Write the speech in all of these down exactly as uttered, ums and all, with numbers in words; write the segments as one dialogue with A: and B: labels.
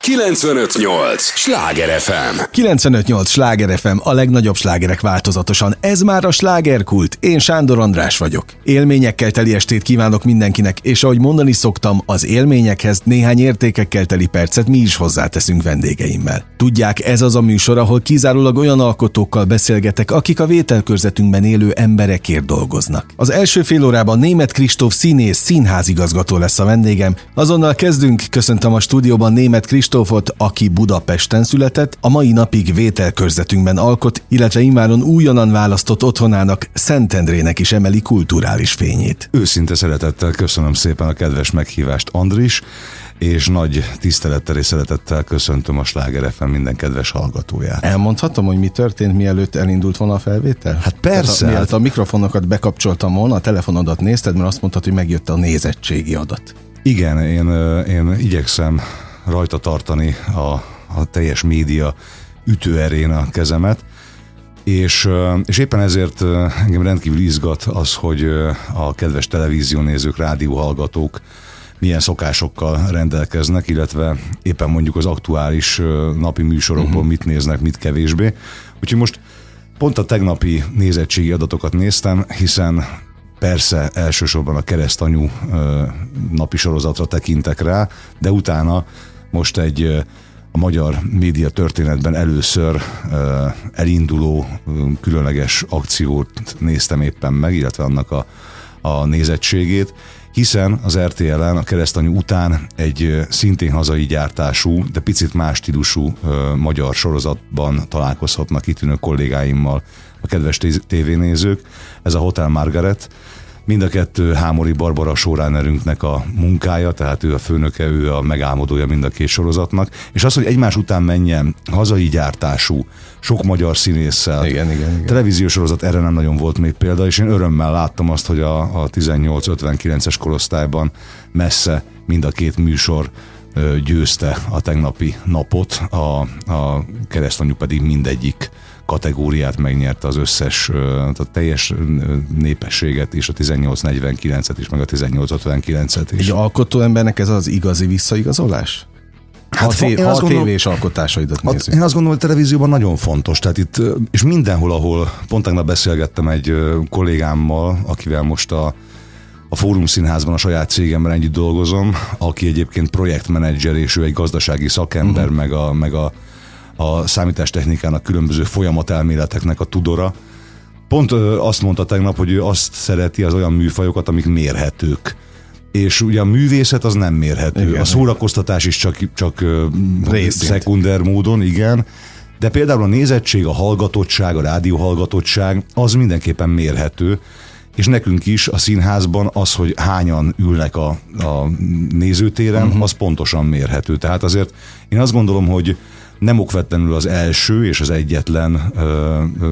A: kilencvenöt nyolc Sláger ef em.
B: kilencvenöt nyolc Sláger ef em, a legnagyobb slágerek változatosan. Ez már a slágerkult. Én Sándor András vagyok. Élményekkel teli estét kívánok mindenkinek, és ahogy mondani szoktam, az élményekhez néhány értékekkel teli percet mi is hozzáteszünk vendégeimmel. Tudják, ez az a műsor, ahol kizárólag olyan alkotókkal beszélgetek, akik a vételkörzetünkben élő emberekért dolgoznak. Az első fél órában Németh Kristóf színész, színházigazgató lesz a vendégem. Azonnal kezdünk, köszöntöm a stúdióban Németh Kristófot, aki Budapesten született, a mai napig vételkörzetünkben alkot, illetve immáron újonnan választott otthonának, Szentendrének is emeli kulturális fényét.
C: Őszinte szeretettel köszönöm szépen a kedves meghívást, Andris, és nagy tisztelettel és szeretettel köszöntöm a Sláger ef em minden kedves hallgatóját.
B: Elmondhatom, hogy mi történt, mielőtt elindult volna a felvétel?
C: Hát persze.
B: A, mielőtt a mikrofonokat bekapcsoltam volna, a telefonodat nézted, mert azt mondtad, hogy megjött a nézettségi adat.
C: Igen, én, én igyekszem rajta tartani a, a teljes média ütőerén a kezemet, és, és éppen ezért engem rendkívül izgat az, hogy a kedves televíziónézők, rádióhallgatók milyen szokásokkal rendelkeznek, illetve éppen mondjuk az aktuális napi műsorokból uh-huh. mit néznek, mit kevésbé. Úgyhogy most pont a tegnapi nézettségi adatokat néztem, hiszen persze elsősorban a Keresztanyu napi sorozatra tekintek rá, de utána most egy a magyar média történetben először elinduló különleges akciót néztem éppen meg, illetve annak a, a nézettségét, hiszen az er té el-en a Keresztanyu után egy szintén hazai gyártású, de picit más stílusú magyar sorozatban találkozhatnak kitűnő kollégáimmal a kedves tévénézők. Ez a Hotel Margaret. Mind a kettő Hámori Barbara showrunnerünknek a munkája, tehát ő a főnöke, ő a megálmodója mind a két sorozatnak, és az, hogy egymás után menjen hazai gyártású, sok magyar színésszel,
B: igen, igen, igen.
C: televíziós sorozat, erre nem nagyon volt még példa, és én örömmel láttam azt, hogy a, a tizennyolc ötvenkilences korosztályban messze mind a két műsor ö, győzte a tegnapi napot, a, a Keresztanyu pedig mindegyik kategóriát megnyerte, az összes, a teljes népességet is, a tizennyolc negyvenkilencet is, meg a tizennyolc ötvenkilencet is.
B: Egy alkotó embernek ez az igazi visszaigazolás? Hát, ha a, a tévés alkotásaidat nézzük.
C: Én azt gondolom, hogy a televízióban nagyon fontos. Tehát itt, és mindenhol, ahol pont tegnap beszélgettem egy kollégámmal, akivel most a, a Fórum Színházban a saját cégemben együtt dolgozom, aki egyébként projektmenedzser, és ő egy gazdasági szakember, uh-huh. meg a, meg a a számítástechnikának különböző folyamatelméleteknek a tudora. Pont azt mondta tegnap, hogy ő azt szereti, az olyan műfajokat, amik mérhetők. És ugye a művészet az nem mérhető. Igen, a szórakoztatás is csak, csak szekunder módon, igen. De például a nézettség, a hallgatottság, a rádióhallgatottság, az mindenképpen mérhető. És nekünk is a színházban az, hogy hányan ülnek a, a nézőtéren, uh-huh. az pontosan mérhető. Tehát azért én azt gondolom, hogy nem okvetlenül az első és az egyetlen ö, ö,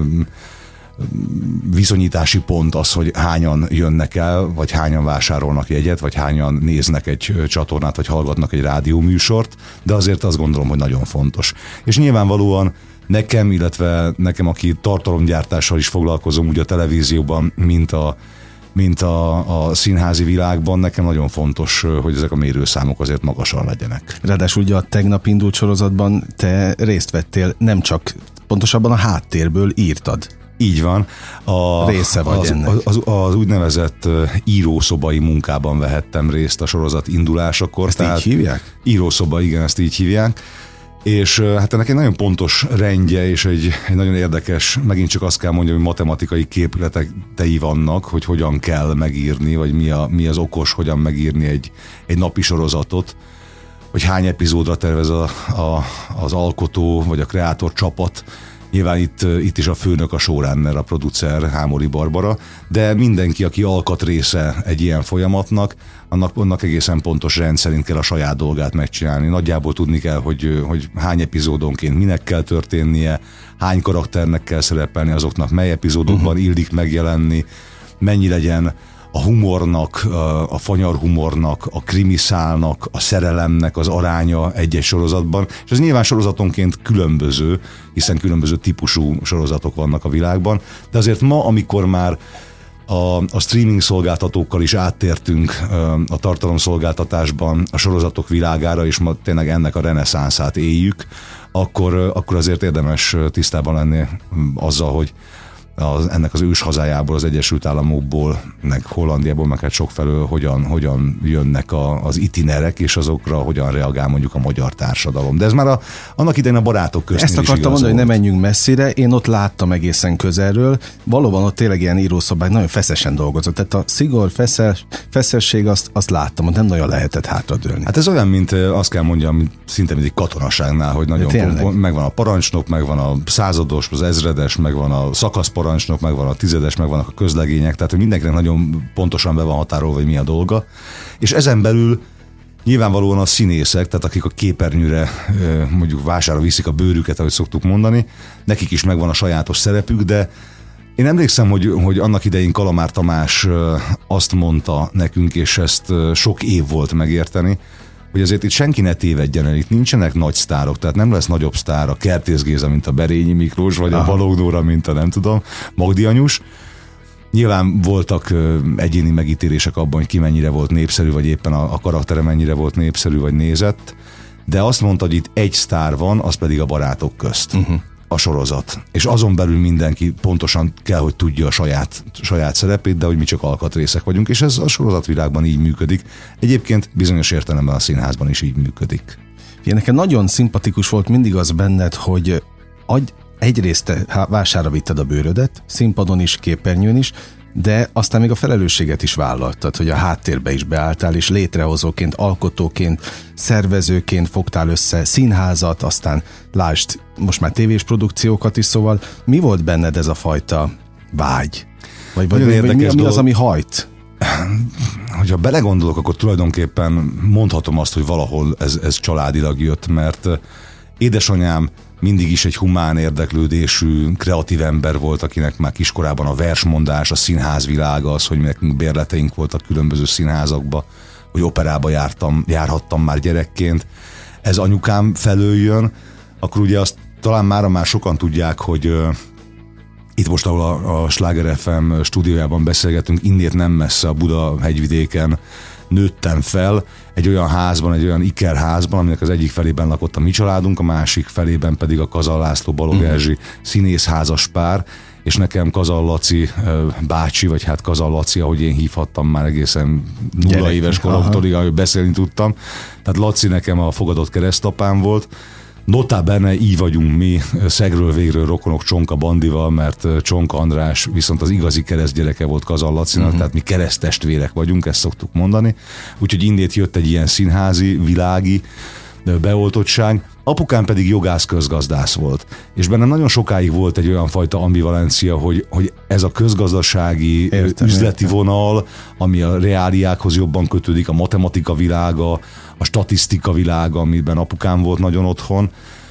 C: viszonyítási pont az, hogy hányan jönnek el, vagy hányan vásárolnak jegyet, vagy hányan néznek egy csatornát, vagy hallgatnak egy rádióműsort, de azért azt gondolom, hogy nagyon fontos. És nyilvánvalóan nekem, illetve nekem, aki tartalomgyártással is foglalkozom, úgy a televízióban, mint a mint a, a színházi világban, nekem nagyon fontos, hogy ezek a mérőszámok azért magasan legyenek.
B: Ráadásul ugye a tegnap indult sorozatban te részt vettél, nem csak pontosabban a háttérből írtad.
C: Így van. A,
B: Része vagy
C: az,
B: ennek.
C: Az, az, az úgynevezett írószobai munkában vehettem részt a sorozat indulásakor.
B: Ezt
C: tehát
B: így hívják?
C: Írószoba, igen, ezt így hívják. És hát ennek egy nagyon pontos rendje, és egy, egy nagyon érdekes, megint csak azt kell mondjam, hogy matematikai képletei vannak, hogy hogyan kell megírni, vagy mi, a, mi az okos, hogyan megírni egy, egy napi sorozatot, hogy hány epizódra tervez a, a, az alkotó, vagy a kreátor csapat. Nyilván itt, itt is a főnök, a showrunner, a producer, Hámori Barbara, de mindenki, aki alkatrésze egy ilyen folyamatnak, annak, annak egészen pontos rend szerint kell a saját dolgát megcsinálni. Nagyjából tudni kell, hogy, hogy hány epizódonként minek kell történnie, hány karakternek kell szerepelni, azoknak mely epizódokban uh-huh. illik megjelenni, mennyi legyen a humornak, a fanyar humornak, a krimiszálnak, a szerelemnek az aránya egy-egy sorozatban, és ez nyilván sorozatonként különböző, hiszen különböző típusú sorozatok vannak a világban, de azért ma, amikor már A, a streaming szolgáltatókkal is áttértünk a tartalomszolgáltatásban a sorozatok világára, és ma tényleg ennek a reneszánszát éljük, akkor, akkor azért érdemes tisztában lenni azzal, hogy az, ennek az ős hazájából, az Egyesült Államokból, meg Hollandiából, meg hát sokfelől hogyan, hogyan jönnek a, az itinerek, és azokra hogyan reagál mondjuk a magyar társadalom. De ez már a, annak idején a barátok között
B: Ezt akartam mondani, hogy ne menjünk messzire, én ott láttam egészen közelről, valóban ott tényleg ilyen írószobák nagyon feszesen dolgozott, tehát a szigor, feszes, feszesség, azt, azt láttam, hogy nem nagyon lehetett hátradőlni.
C: Hát ez olyan, mint azt kell mondjam, szinte mint egy katonaságnál, hogy nagyon pont, megvan a parancsnok, megvan a százados, az ezredes, megvan a szakaszparancsnok, megvan a tizedes, megvannak a közlegények, tehát hogy mindenkinek nagyon pontosan be van határolva, hogy mi a dolga. És ezen belül nyilvánvalóan a színészek, tehát akik a képernyőre mondjuk vására viszik a bőrüket, ahogy szoktuk mondani, nekik is megvan a sajátos szerepük, de én emlékszem, hogy, hogy annak idején Kalamár Tamás azt mondta nekünk, és ezt sok év volt megérteni, hogy azért itt senki ne tévedjen el, itt nincsenek nagy sztárok, tehát nem lesz nagyobb sztár a Kertész Géza, mint a Berényi Miklós, vagy Aha. a Balogh Nóra, mint a nem tudom, Magdi Anyus. Nyilván voltak egyéni megítélések abban, hogy ki mennyire volt népszerű, vagy éppen a, a karaktere mennyire volt népszerű, vagy nézett, de azt mondta, hogy itt egy sztár van, az pedig a barátok közt. Uh-huh. A sorozat. És azon belül mindenki pontosan kell, hogy tudja a saját, saját szerepét, de hogy mi csak alkatrészek vagyunk, és ez a sorozatvilágban így működik. Egyébként bizonyos értelemben a színházban is így működik.
B: Én nekem nagyon szimpatikus volt mindig az benned, hogy adj, egyrészt te vására vitted a bőrödet, színpadon is, képernyőn is, de aztán még a felelősséget is vállaltad, hogy a háttérbe is beálltál, és létrehozóként, alkotóként, szervezőként fogtál össze színházat, aztán lásd, most már tévés produkciókat is, szóval mi volt benned ez a fajta vágy? Vagy, vagy, vagy mi, mi az, ami hajt?
C: Hogyha belegondolok, akkor tulajdonképpen mondhatom azt, hogy valahol ez, ez családilag jött, mert édesanyám mindig is egy humán érdeklődésű, kreatív ember volt, akinek már kiskorában a versmondás, a színházvilága, az, hogy nekünk bérleteink voltak különböző színházakba, hogy operába jártam, járhattam már gyerekként. Ez anyukám felől jön, akkor ugye azt talán mára már sokan tudják, hogy uh, itt most, ahol a, a Sláger ef em stúdiójában beszélgetünk, innét nem messze a Buda hegyvidéken nőttem fel, egy olyan házban, egy olyan ikerházban, aminek az egyik felében lakott a mi családunk, a másik felében pedig a Kazal László Balogh Erzsi mm. színész házas pár, és nekem Kazal Laci bácsi, vagy hát Kazal Laci, ahogy én hívhattam már egészen nulla Gyerek. éves koromtól, ahogy beszélni tudtam. Tehát Laci nekem a fogadott keresztapám volt. Notá benne így vagyunk mi szegről végről rokonok Csonka Bandival, mert Csonka András viszont az igazi keresztgyereke volt Kazal Lacinak, uh-huh. tehát mi kereszttestvérek vagyunk, ezt szoktuk mondani. Úgyhogy innét jött egy ilyen színházi, világi beoltottság. Apukám pedig jogász közgazdász volt. És benne nagyon sokáig volt egy olyan fajta ambivalencia, hogy, hogy ez a közgazdasági értem, üzleti értem. vonal, ami a reáliákhoz jobban kötődik, a matematika világa, a statisztika világa, amiben apukám volt nagyon otthon,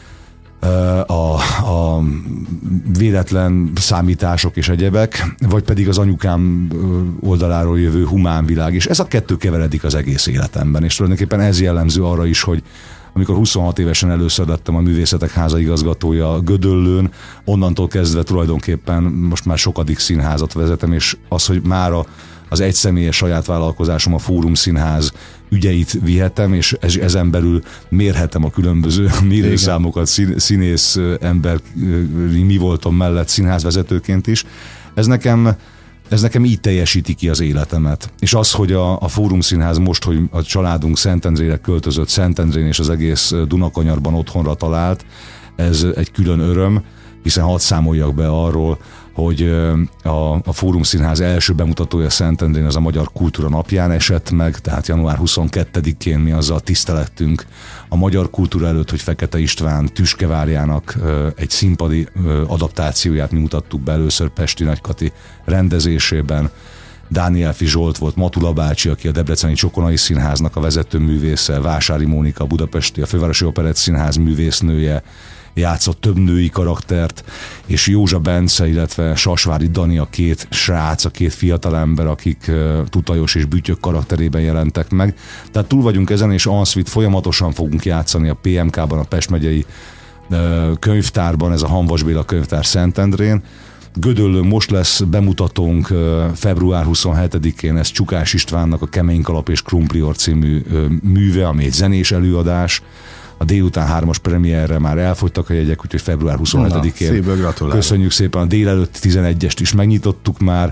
C: a, a véletlen számítások és egyebek, vagy pedig az anyukám oldaláról jövő humán világ, és ez a kettő keveredik az egész életemben, és tulajdonképpen ez jellemző arra is, hogy amikor huszonhat évesen először lettem a Művészetek Háza igazgatója Gödöllőn, onnantól kezdve tulajdonképpen most már sokadik színházat vezetem, és az, hogy mára az egyszemélyes saját vállalkozásom, a Fórum Színház ügyeit vihetem, és ezen belül mérhetem a különböző mérőszámokat színész ember mi voltam mellett színházvezetőként is. Ez nekem, ez nekem így teljesíti ki az életemet. És az, hogy a, a Fórum Színház most, hogy a családunk Szentendrére költözött, Szentendrén és az egész Dunakanyarban otthonra talált, ez egy külön öröm, hiszen hadd számoljak be arról, hogy a, a Fórum Színház első bemutatója Szentendrén az a Magyar Kultúra Napján esett meg, tehát január huszonkettedikén mi azzal tisztelettünk a magyar kultúra előtt, hogy Fekete István Tüskevárjának egy színpadi adaptációját mi mutattuk be először Pesti Nagykati rendezésében. Dánielfi Zsolt volt Matula bácsi, aki a Debreceni Csokonai Színháznak a vezető művésze, Vásári Mónika, a Budapesti, a Fővárosi Operett Színház művésznője, játszott több női karaktert, és Józsa Bence, illetve Sasvári Dani a két srác, a két fiatalember, akik uh, Tutajos és Bütyök karakterében jelentek meg. Tehát túl vagyunk ezen, és Anszvit folyamatosan fogunk játszani a pé em ká-ban, a Pest megyei uh, könyvtárban, ez a Hanvas Béla könyvtár Szentendrén, Gödöllőn most lesz bemutatónk február huszonhetedikén, ez Csukás Istvánnak a Kemény Kalap és Krumplior című műve, ami egy zenés előadás. A délután hármas premierre már elfogytak a jegyek, úgyhogy február huszonhetedikén.
B: Szépből gratulálok.
C: Köszönjük szépen, a délelőtt tizenegyest is megnyitottuk már.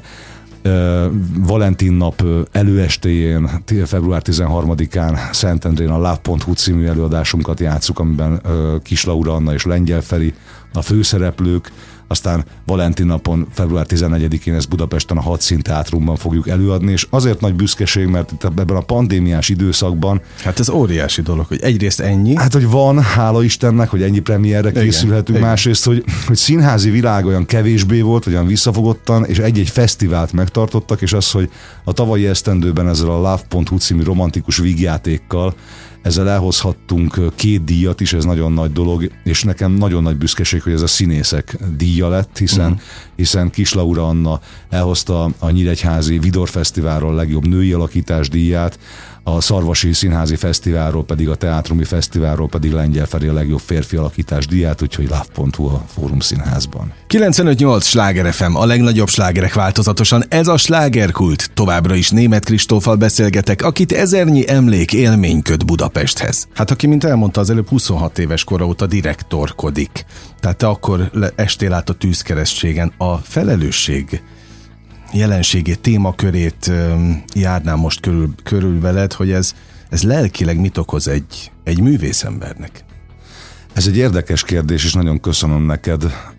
C: Valentin nap előestéjén, február tizenharmadikán Szentendrén a Love pont hu című előadásunkat játsszuk, amiben Kis Laura Anna és Lengyel Feri a főszereplők. Aztán Valentin napon, február tizennegyedikén ezt Budapesten a Hadszín Teátrumban fogjuk előadni, és azért nagy büszkeség, mert itt ebben a pandémiás időszakban...
B: Hát ez óriási dolog, hogy egyrészt ennyi...
C: Hát, hogy van, hála Istennek, hogy ennyi premierre készülhetünk, igen, másrészt, hogy, hogy színházi világ olyan kevésbé volt, vagy olyan visszafogottan, és egy-egy fesztivált megtartottak, és az, hogy a tavalyi esztendőben ezzel a Love pont hu című romantikus vígjátékkal ezzel elhozhattunk két díjat is, ez nagyon nagy dolog, és nekem nagyon nagy büszkeség, hogy ez a színészek díja lett, hiszen, uh-huh. hiszen Kis Laura Anna elhozta a Nyíregyházi Vidor Fesztiválról a legjobb női alakítás díját, a Szarvasi Színházi Fesztiválról pedig, a Teátrumi Fesztiválról pedig Lengyel Feri a legjobb férfi alakítás díját, úgyhogy Love pont hu a Fórum Színházban.
B: kilencvenöt nyolc Sláger ef em, a legnagyobb slágerek változatosan, ez a slágerkult. Továbbra is Németh Kristóffal beszélgetek, akit ezernyi emlék élmény köt Budapesthez. Hát aki, mint elmondta az előbb, huszonhat éves kora óta direktorkodik. Tehát te akkor estél át a tűzkeresztségen. A felelősség jelenségét, témakörét járnám most körül, körül veled, hogy ez, ez lelkileg mit okoz egy, egy művészembernek?
C: Ez egy érdekes kérdés, és nagyon köszönöm neked.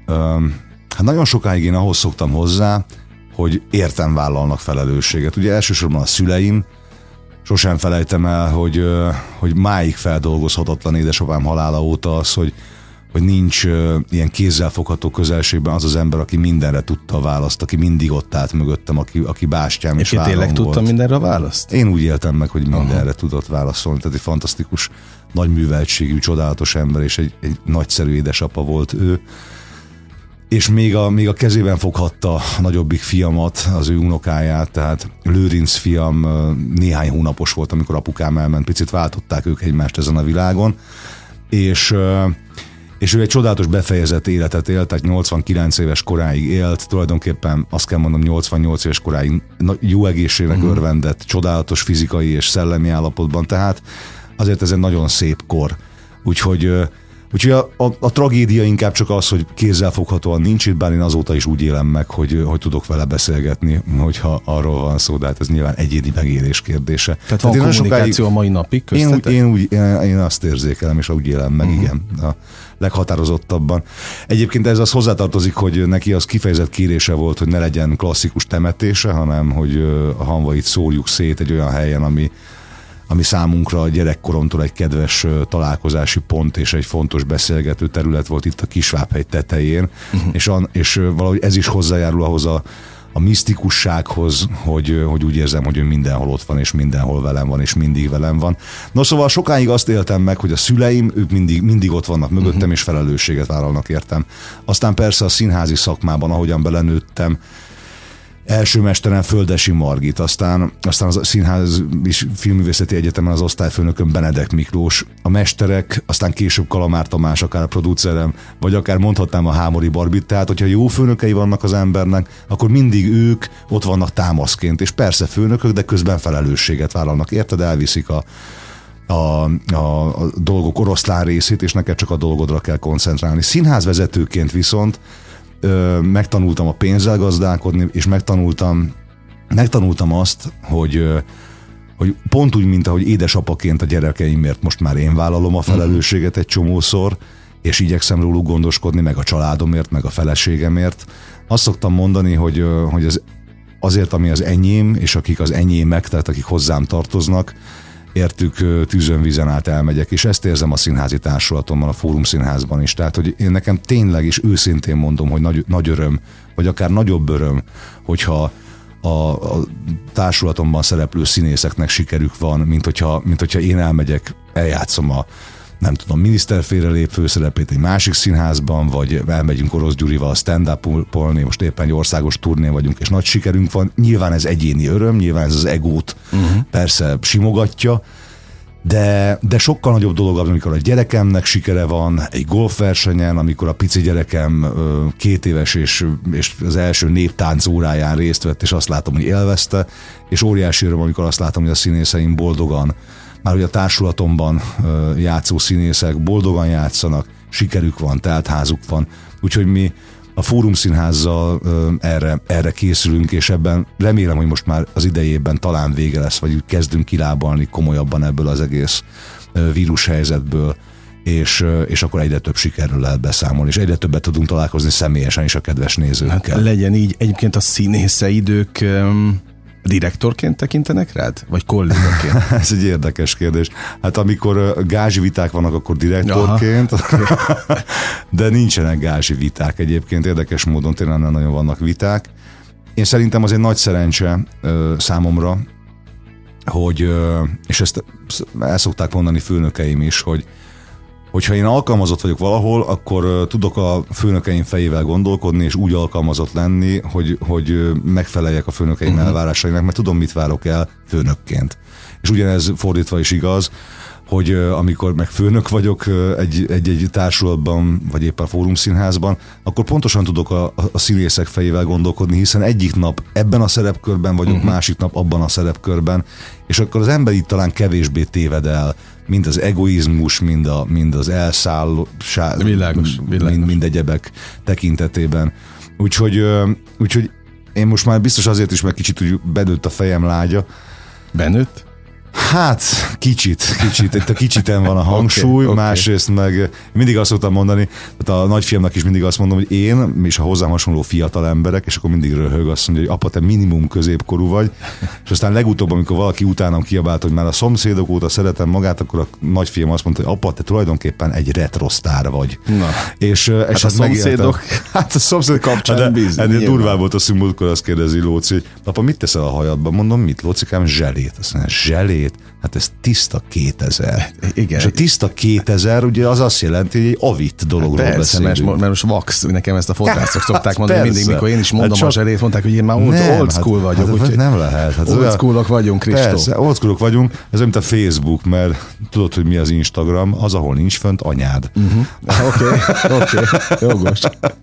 C: Hát nagyon sokáig én ahhoz szoktam hozzá, hogy értem vállalnak felelősséget. Ugye elsősorban a szüleim, sosem felejtem el, hogy, hogy máig feldolgozhatatlan édesapám halála óta az, hogy hogy nincs uh, ilyen kézzelfogható közelségben az az ember, aki mindenre tudta a választ, aki mindig ott állt mögöttem, aki, aki bástyám és vállom
B: tényleg
C: volt.
B: Tudta mindenre a választ?
C: Én úgy éltem meg, hogy mindenre Aha. tudott válaszolni, tehát egy fantasztikus, nagy műveltségű, csodálatos ember, és egy, egy nagyszerű édesapa volt ő. És még a, még a kezében foghatta a nagyobbik fiamat, az ő unokáját, tehát Lőrinc fiam néhány hónapos volt, amikor apukám elment, picit váltották ők egymást ezen a világon, és és ő egy csodálatos befejezett életet élt, tehát nyolcvankilenc éves koráig élt, tulajdonképpen azt kell mondom, nyolcvannyolc éves koráig jó egészségnek uh-huh. örvendett, csodálatos fizikai és szellemi állapotban, tehát azért ez egy nagyon szép kor. Úgyhogy, úgyhogy a, a, a tragédia inkább csak az, hogy kézzelfoghatóan nincs itt, bár én azóta is úgy élem meg, hogy, hogy tudok vele beszélgetni, hogyha arról van szó, de hát ez nyilván egyéni megélés kérdése.
B: Tehát, Tehát van kommunikáció sokáig, a mai napig köztetek?
C: Én, én, úgy, én, én azt érzékelem, és úgy élem meg, uh-huh. igen. A, leghatározottabban. Egyébként ez az hozzátartozik, hogy neki az kifejezett kérése volt, hogy ne legyen klasszikus temetése, hanem hogy a hamvait szórjuk szét egy olyan helyen, ami, ami számunkra gyerekkoromtól egy kedves találkozási pont és egy fontos beszélgető terület volt itt a Kisvábhegy tetején, uh-huh. és, an, és valahogy ez is hozzájárul ahhoz a a misztikussághoz, hogy, hogy úgy érzem, hogy ő mindenhol ott van, és mindenhol velem van, és mindig velem van. No, szóval sokáig azt éltem meg, hogy a szüleim, ők mindig, mindig ott vannak mögöttem, uh-huh. és felelősséget vállalnak értem. Aztán persze a színházi szakmában, ahogyan belenőttem, első mesterem Földesi Margit, aztán, aztán a Színház és Filmművészeti Egyetemen az osztályfőnököm Benedek Miklós, a mesterek, aztán később Kalamár Tamás, akár a producerem, vagy akár mondhatnám a Hámori Barbit, tehát hogyha jó főnökei vannak az embernek, akkor mindig ők ott vannak támaszként, és persze főnökök, de közben felelősséget vállalnak, érted, elviszik a A, a, a dolgok oroszlán részét, és neked csak a dolgodra kell koncentrálni. Színházvezetőként viszont ö, megtanultam a pénzzel gazdálkodni, és megtanultam, megtanultam azt, hogy, ö, hogy pont úgy, mint ahogy édesapaként a gyerekeimért most már én vállalom a felelősséget egy csomószor, és igyekszem róluk gondoskodni, meg a családomért, meg a feleségemért. Azt szoktam mondani, hogy, ö, hogy az, azért, ami az enyém, és akik az enyémek, tehát akik hozzám tartoznak, értük tűzön vízen át elmegyek, és ezt érzem a színházi társulatommal, a Fórum Színházban is. Tehát, hogy én nekem tényleg is őszintén mondom, hogy nagy, nagy öröm, vagy akár nagyobb öröm, hogyha a, a társulatomban szereplő színészeknek sikerük van, mint hogyha, mint hogyha én elmegyek, eljátszom a nem tudom, Miniszter félrelép főszerepét egy másik színházban, vagy elmegyünk Orosz Gyurival stand-up-olni, most éppen egy országos turnén vagyunk, és nagy sikerünk van. Nyilván ez egyéni öröm, nyilván ez az egót uh-huh. persze simogatja, De, de sokkal nagyobb dolog az, amikor a gyerekemnek sikere van egy golfversenyen, amikor a pici gyerekem két éves és, és az első néptánc óráján részt vett, és azt látom, hogy élvezte, és óriási öröm, amikor azt látom, hogy a színészeim boldogan, már hogy a társulatomban játszó színészek boldogan játszanak, sikerük van, telt házuk van, úgyhogy mi a Fórum Színházzal erre, erre készülünk, és ebben remélem, hogy most már az idejében talán vége lesz, vagy úgy kezdünk kilábalni komolyabban ebből az egész vírushelyzetből, és, és akkor egyre több sikerről lehet beszámolni, és egyre többet tudunk találkozni személyesen is a kedves nézőkkel.
B: Hát legyen így. Egyébként a színészeidők um, direktorként tekintenek rád? Vagy kollégaként?
C: Ez egy érdekes kérdés. Hát amikor gázsi viták vannak, akkor direktorként, de nincsenek gázsi viták egyébként. Érdekes módon tényleg nem nagyon vannak viták. Én szerintem az egy nagy szerencse ö, számomra, hogy, ö, és ezt el szokták mondani főnökeim is, hogy hogyha én alkalmazott vagyok valahol, akkor tudok a főnökeim fejével gondolkodni, és úgy alkalmazott lenni, hogy, hogy megfeleljek a főnökeim uh-huh. elvárásainak, mert tudom, mit várok el főnökként. És ugyanez fordítva is igaz, hogy amikor meg főnök vagyok egy, egy, egy társulatban, vagy éppen a Fórum Színházban, akkor pontosan tudok a, a színészek fejével gondolkodni, hiszen egyik nap ebben a szerepkörben vagyok, uh-huh. másik nap abban a szerepkörben, és akkor az ember itt talán kevésbé téved el, mind az egoizmus, mind, a, mind az elszállóság,
B: világos, világos.
C: Mind, mind egyebek tekintetében. Úgyhogy, úgyhogy én most már biztos azért is, mert kicsit úgy bedőtt a fejem lágya.
B: Benőtt?
C: Hát, kicsit, kicsit, itt a kicsiten van a hangsúly, okay, másrészt okay. meg mindig azt szoktam mondani, tehát a nagyfiamnak is mindig azt mondom, hogy én, és a hozzám hasonló fiatal emberek, és akkor mindig röhög, azt mondja, hogy apa, te minimum középkorú vagy, és aztán legutóbb, amikor valaki utánam kiabált, hogy már a szomszédok óta szeretem magát, akkor a nagyfiam azt mondta, hogy apa, te tulajdonképpen egy retrosztár vagy.
B: Na.
C: És,
B: hát
C: és
B: a szomszédok,
C: hát a szomszédok
B: kapcsán bíz.
C: Ennél durvább volt azt, hogy múltkor azt kérdezi Lóci, hogy apa, mit teszel a hajadban? Mondom, mit, Lócikám? Zselét. Azt mondja, zselét? Hát ez tiszta kétezer.
B: Igen.
C: És a tiszta kétezer ugye az azt jelenti, hogy egy avit dologról hát persze, beszélünk.
B: Mert, mert most vax, nekem ezt a fodrászok szokták hát mondani
C: persze.
B: mindig, mikor én is mondom hát a zselét, mondták, hogy én már old,
C: nem,
B: old school
C: hát,
B: vagyok.
C: Hát, nem lehet. Hát
B: old schoolok vagyunk, Kristó.
C: Persze, old schoolok vagyunk, ez olyan, mint a Facebook, mert tudod, hogy mi az Instagram, az, ahol nincs fönt anyád.
B: Oké, oké, jogos.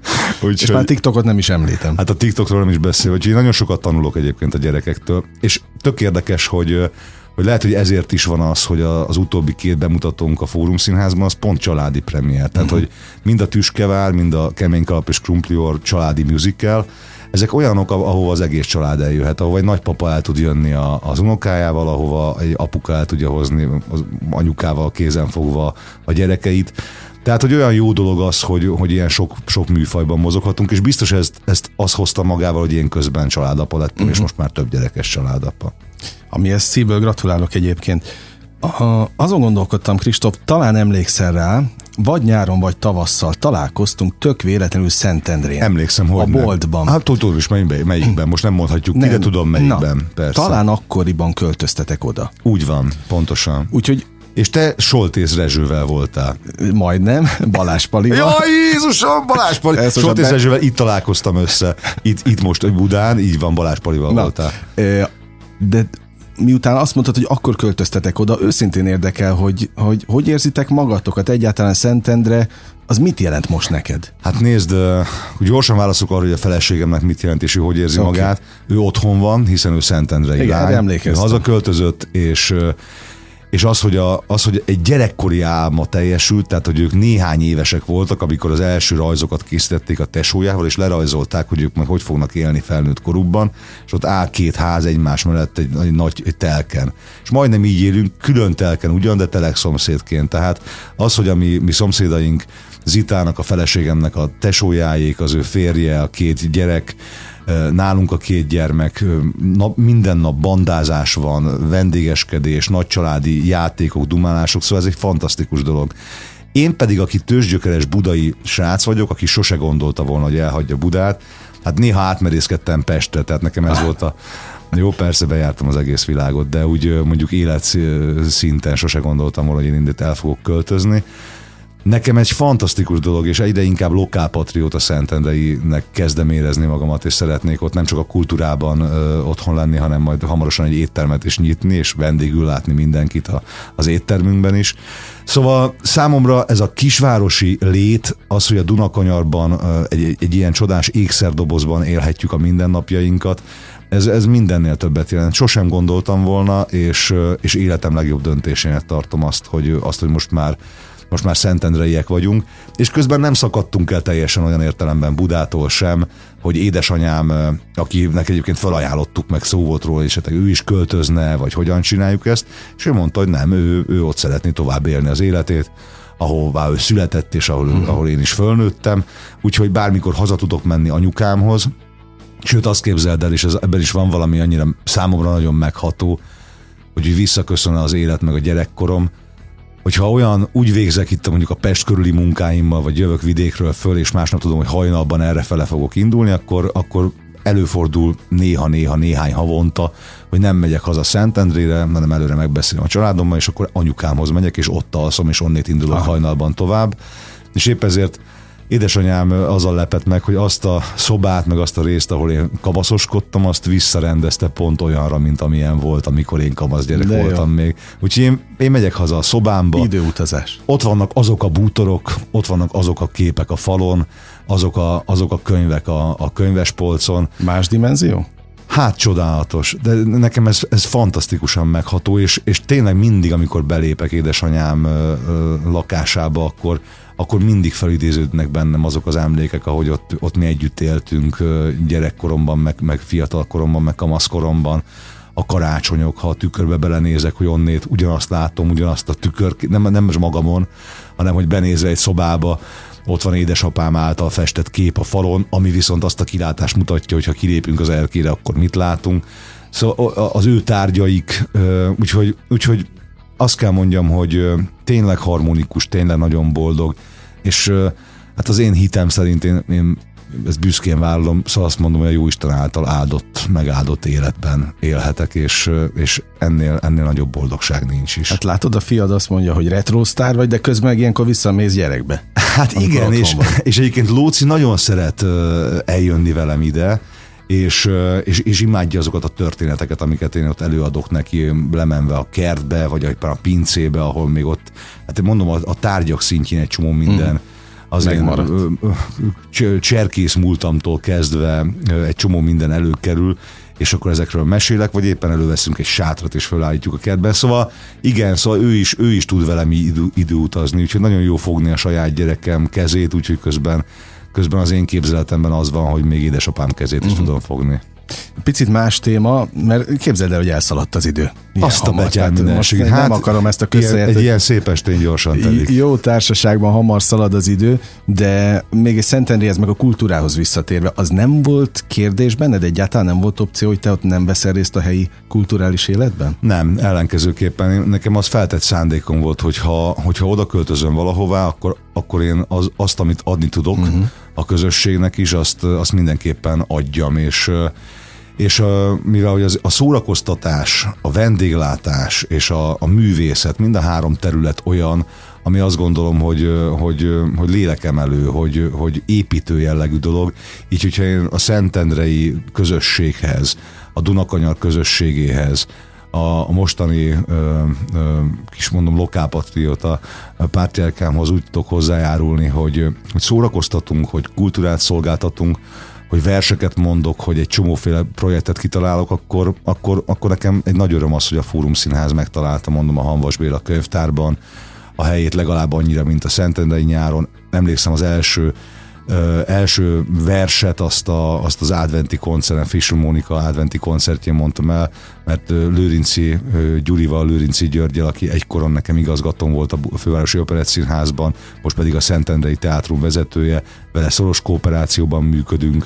B: És már TikTokot nem is említem.
C: Hát a TikTokról nem is beszél, úgyhogy nagyon sokat tanulok egyébként a gyerekektől, és tök érdekes, hogy hogy lehet, hogy ezért is van az, hogy az utóbbi két bemutatónk a Fórum Színházban, az pont családi premier. Tehát, uh-huh. hogy mind a Tüskevár, mind a Kemény Kalap és Krumplior családi musical, ezek olyanok, ahova az egész család eljöhet, ahova egy nagypapa el tud jönni a, az unokájával, ahova egy apuka el tudja hozni az anyukával kézen fogva a gyerekeit. Tehát, hogy olyan jó dolog az, hogy, hogy ilyen sok, sok műfajban mozoghatunk, és biztos ezt, ezt az hozta magával, hogy én közben családapa lettem, uh-huh. és most már több gyerekes családapa.
B: Amihez szívből gratulálok egyébként. A, azon gondolkodtam, Kristóf, talán emlékszel rá, vagy nyáron, vagy tavasszal találkoztunk tök véletlenül Szentendrén.
C: Emlékszem, hogy
B: a boltban.
C: Hát tudom is, melyikben, most nem mondhatjuk nem. ki, de tudom melyikben. Na, persze.
B: Talán akkoriban költöztetek oda.
C: Úgy van, pontosan.
B: Úgyhogy
C: és te Soltész Rezsővel voltál.
B: Majdnem, Balázs Palival.
C: Jaj, Jézusom, Balázs Palival. Soltész be... Rezsővel itt találkoztam össze. Itt, itt most Budán, így van, Balázs Palival Na, voltál.
B: De miután azt mondtad, hogy akkor költöztetek oda, őszintén érdekel, hogy hogy, hogy érzitek magatokat egyáltalán Szentendre, az mit jelent most neked?
C: Hát nézd, gyorsan válaszolok arra, hogy a feleségemnek mit jelent, és ő hogy érzi okay. magát. Ő otthon van, hiszen ő Szentendrei lány. Ő hazaköltözött, és és az, hogy, a, az, hogy egy gyerekkori álma teljesült, tehát, hogy ők néhány évesek voltak, amikor az első rajzokat készítették a tesójával, és lerajzolták, hogy ők meg hogy fognak élni felnőtt korukban, és ott áll két ház egymás mellett egy, egy nagy egy telken. És majdnem így élünk, külön telken ugyan, de telek szomszédként. Tehát az, hogy a mi, mi szomszédaink, Zitának, a feleségemnek a tesójáék, az ő férje, a két gyerek, nálunk a két gyermek, nap, minden nap bandázás van, vendégeskedés, nagycsaládi játékok, dumálások, szóval ez egy fantasztikus dolog. Én pedig, aki tőzsgyökeres budai srác vagyok, aki sose gondolta volna, hogy elhagyja Budát, hát néha átmerészkedtem Pestre, tehát nekem ez volt a... Jó, persze bejártam az egész világot, de úgy mondjuk életszinten sose gondoltam volna, hogy én indít el fogok költözni. Nekem egy fantasztikus dolog, és egyre inkább lokálpatrióta szentendreinek kezdem érezni magamat, és szeretnék ott nem csak a kultúrában ö, otthon lenni, hanem majd hamarosan egy éttermet is nyitni, és vendégül látni mindenkit a, az éttermünkben is. Szóval számomra ez a kisvárosi lét, az, hogy a Dunakanyarban ö, egy, egy ilyen csodás ékszerdobozban élhetjük a mindennapjainkat, ez, ez mindennél többet jelent. Sosem gondoltam volna, és, és életem legjobb döntésének tartom azt, hogy, azt, hogy most már Most már szentendreiek vagyunk, és közben nem szakadtunk el teljesen olyan értelemben Budától sem, hogy édesanyám, akinek egyébként felajánlottuk, meg szó volt róla, és ő is költözne, vagy hogyan csináljuk ezt, és ő mondta, hogy nem, ő, ő ott szeretné tovább élni az életét, ahová ő született, és ahol, uh-huh. ahol én is fölnőttem, úgyhogy bármikor haza tudok menni anyukámhoz, sőt azt képzeld el, és ez, ebben is van valami annyira számomra nagyon megható, hogy visszaköszön az élet, meg a gyerekkorom, hogyha olyan úgy végzek itt mondjuk a Pest körüli munkáimmal, vagy jövök vidékről föl, és másnap tudom, hogy hajnalban errefele fogok indulni, akkor, akkor előfordul néha-néha, néhány havonta, hogy nem megyek haza Szentendrére, hanem előre megbeszélem a családommal, és akkor anyukámhoz megyek, és ott alszom, és onnét indulok ah. hajnalban tovább. És épp ezért édesanyám azzal lepett meg, hogy azt a szobát, meg azt a részt, ahol én kabaszoskodtam, azt visszarendezte pont olyanra, mint amilyen volt, amikor én kamasz gyerek De voltam jó. még. Úgyhogy én, én megyek haza a szobámba.
B: Időutazás.
C: Ott vannak azok a bútorok, ott vannak azok a képek a falon, azok a, azok a könyvek a, a könyvespolcon.
B: Más dimenzió?
C: Hát csodálatos, de nekem ez, ez fantasztikusan megható, és, és tényleg mindig, amikor belépek édesanyám ö, ö, lakásába, akkor, akkor mindig felidéződnek bennem azok az emlékek, ahogy ott, ott mi együtt éltünk ö, gyerekkoromban, meg, meg fiatalkoromban, meg kamaszkoromban. A karácsonyok, ha a tükörbe belenézek, hogy onnét ugyanazt látom, ugyanazt a tükör, nem, nem magamon, hanem hogy benézve egy szobába, ott van édesapám által festett kép a falon, ami viszont azt a kilátást mutatja, hogy ha kilépünk az erkére, akkor mit látunk. Szóval az ő tárgyaik, úgyhogy, úgyhogy azt kell mondjam, hogy tényleg harmonikus, tényleg nagyon boldog, és hát az én hitem szerint én, én ezt büszkén vállalom, szóval azt mondom, hogy a Jóisten által áldott, megáldott életben élhetek, és, és ennél, ennél nagyobb boldogság nincs is.
B: Hát látod, a fiad azt mondja, hogy retrosztár vagy, de közben meg ilyenkor visszamész gyerekbe.
C: Hát igen, és, és egyébként Lóci nagyon szeret eljönni velem ide, és, és, és imádja azokat a történeteket, amiket én ott előadok neki, lemenve a kertbe, vagy éppen a pincébe, ahol még ott, hát én mondom, a, a tárgyak szintjén egy csomó minden, hmm. az én cserkész múltamtól kezdve egy csomó minden előkerül, és akkor ezekről mesélek, vagy éppen előveszünk egy sátrat, és fölállítjuk a kertbe. Szóval igen, szóval ő is, ő is tud velem idő, időutazni, úgyhogy nagyon jó fogni a saját gyerekem kezét, úgyhogy közben, közben az én képzeletemben az van, hogy még édesapám kezét is uh-huh. tudom fogni.
B: Picit más téma, mert képzeld el, hogy elszaladt az idő.
C: Ilyen Azt hamar, a betyár mindenség.
B: Hát, nem akarom ezt a közszerűet.
C: Egy ilyen szép estén gyorsan telik.
B: Jó társaságban hamar szalad az idő, de még egy Szentendréhez meg a kultúrához visszatérve, az nem volt kérdés benned? Egyáltalán nem volt opció, hogy te ott nem veszel részt a helyi kulturális életben?
C: Nem, ellenkezőképpen. Nekem az feltett szándékom volt, hogyha, hogyha oda költözöm valahová, akkor, akkor én az, azt, amit adni tudok uh-huh. a közösségnek is, azt, azt mindenképpen adjam, és és a, mivel hogy az, a szórakoztatás, a vendéglátás és a, a művészet, mind a három terület olyan, ami azt gondolom, hogy, hogy, hogy lélekemelő, hogy, hogy építő jellegű dolog, így hogyha én a szentendrei közösséghez, a Dunakanyar közösségéhez, a, a mostani ö, ö, kis mondom lokálpatrióta pártjelkámhoz úgy tudok hozzájárulni, hogy, hogy szórakoztatunk, hogy kultúrát szolgáltatunk, hogy verseket mondok, hogy egy csomóféle projektet kitalálok, akkor, akkor, akkor nekem egy nagy öröm az, hogy a Fórum Színház megtalálta, mondom, a Hanvas Béla könyvtárban a helyét legalább annyira, mint a Szentendrei nyáron. Emlékszem az első, ö, első verset, azt, a, azt az adventi koncerten, Fischer Mónika adventi koncertjén mondtam el, mert Lőrinci Gyurival, Lőrinci Györgyel, aki egykoron nekem igazgatóm volt a Fővárosi Operettszínházban, most pedig a Szentendrei Teátrum vezetője, vele szoros kooperációban működünk,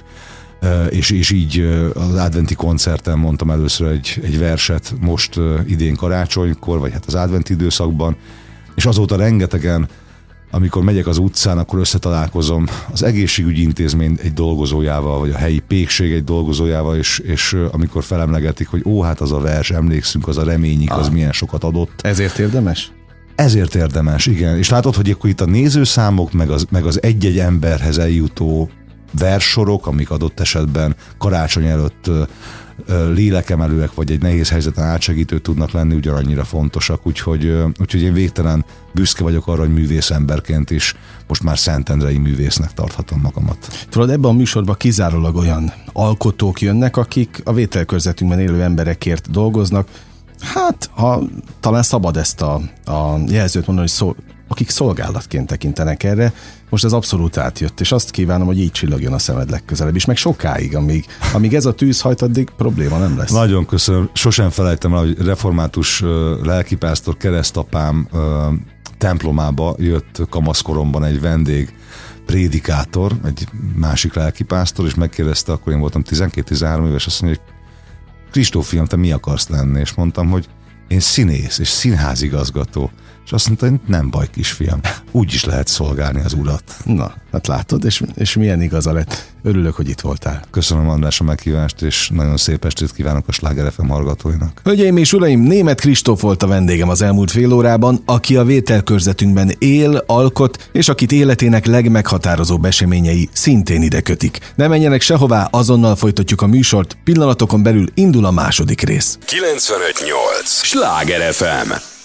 C: és, és így az adventi koncerten mondtam először egy, egy verset most idén karácsonykor, vagy hát az adventi időszakban, és azóta rengetegen, amikor megyek az utcán, akkor összetalálkozom az egészségügyi intézmény egy dolgozójával, vagy a helyi pékség egy dolgozójával, és, és amikor felemlegetik, hogy ó, hát az a vers, emlékszünk, az a reményik, az ah. milyen sokat adott.
B: Ezért érdemes?
C: Ezért érdemes, igen. És látod, hogy akkor itt a nézőszámok, meg az, meg az egy-egy emberhez eljutó verssorok, amik adott esetben karácsony előtt lélekemelőek, vagy egy nehéz helyzeten átsegítő tudnak lenni, ugyanannyira fontosak, úgyhogy, úgyhogy én végtelen büszke vagyok arra, hogy művészemberként is most már szentendrei művésznek tarthatom magamat.
B: Tudod, ebben a műsorban kizárólag olyan alkotók jönnek, akik a vételkörzetünkben élő emberekért dolgoznak. Hát, ha talán szabad ezt a, a jelzőt mondani, hogy szó, akik szolgálatként tekintenek erre, most ez abszolút átjött, és azt kívánom, hogy így csillogjon a szemed legközelebb is, meg sokáig, amíg, amíg ez a tűz hajt, addig probléma nem lesz.
C: Nagyon köszönöm. Sosem felejtem el, hogy református lelkipásztor keresztapám templomába jött kamaszkoromban egy vendég prédikátor, egy másik lelkipásztor, és megkérdezte, akkor én voltam tizenkét-tizenhárom éves, azt mondja, hogy Kristóf fiam, te mi akarsz lenni? És mondtam, hogy én színész és színházigazgató. És azt mondta, hogy nem baj, kisfiam, úgy is lehet szolgálni az urat.
B: Na, hát látod, és, és milyen igaza lett. Örülök, hogy itt voltál.
C: Köszönöm, András, a meghívást, és nagyon szép estét kívánok a Sláger ef em hallgatóinak.
B: Hölgyeim és uraim, Németh Kristóf volt a vendégem az elmúlt fél órában, aki a vételkörzetünkben él, alkot, és akit életének legmeghatározóbb eseményei szintén ide kötik. Ne menjenek sehová, azonnal folytatjuk a műsort, pillanatokon belül indul a második rész.
A: kilencvenöt nyolc Sláger ef em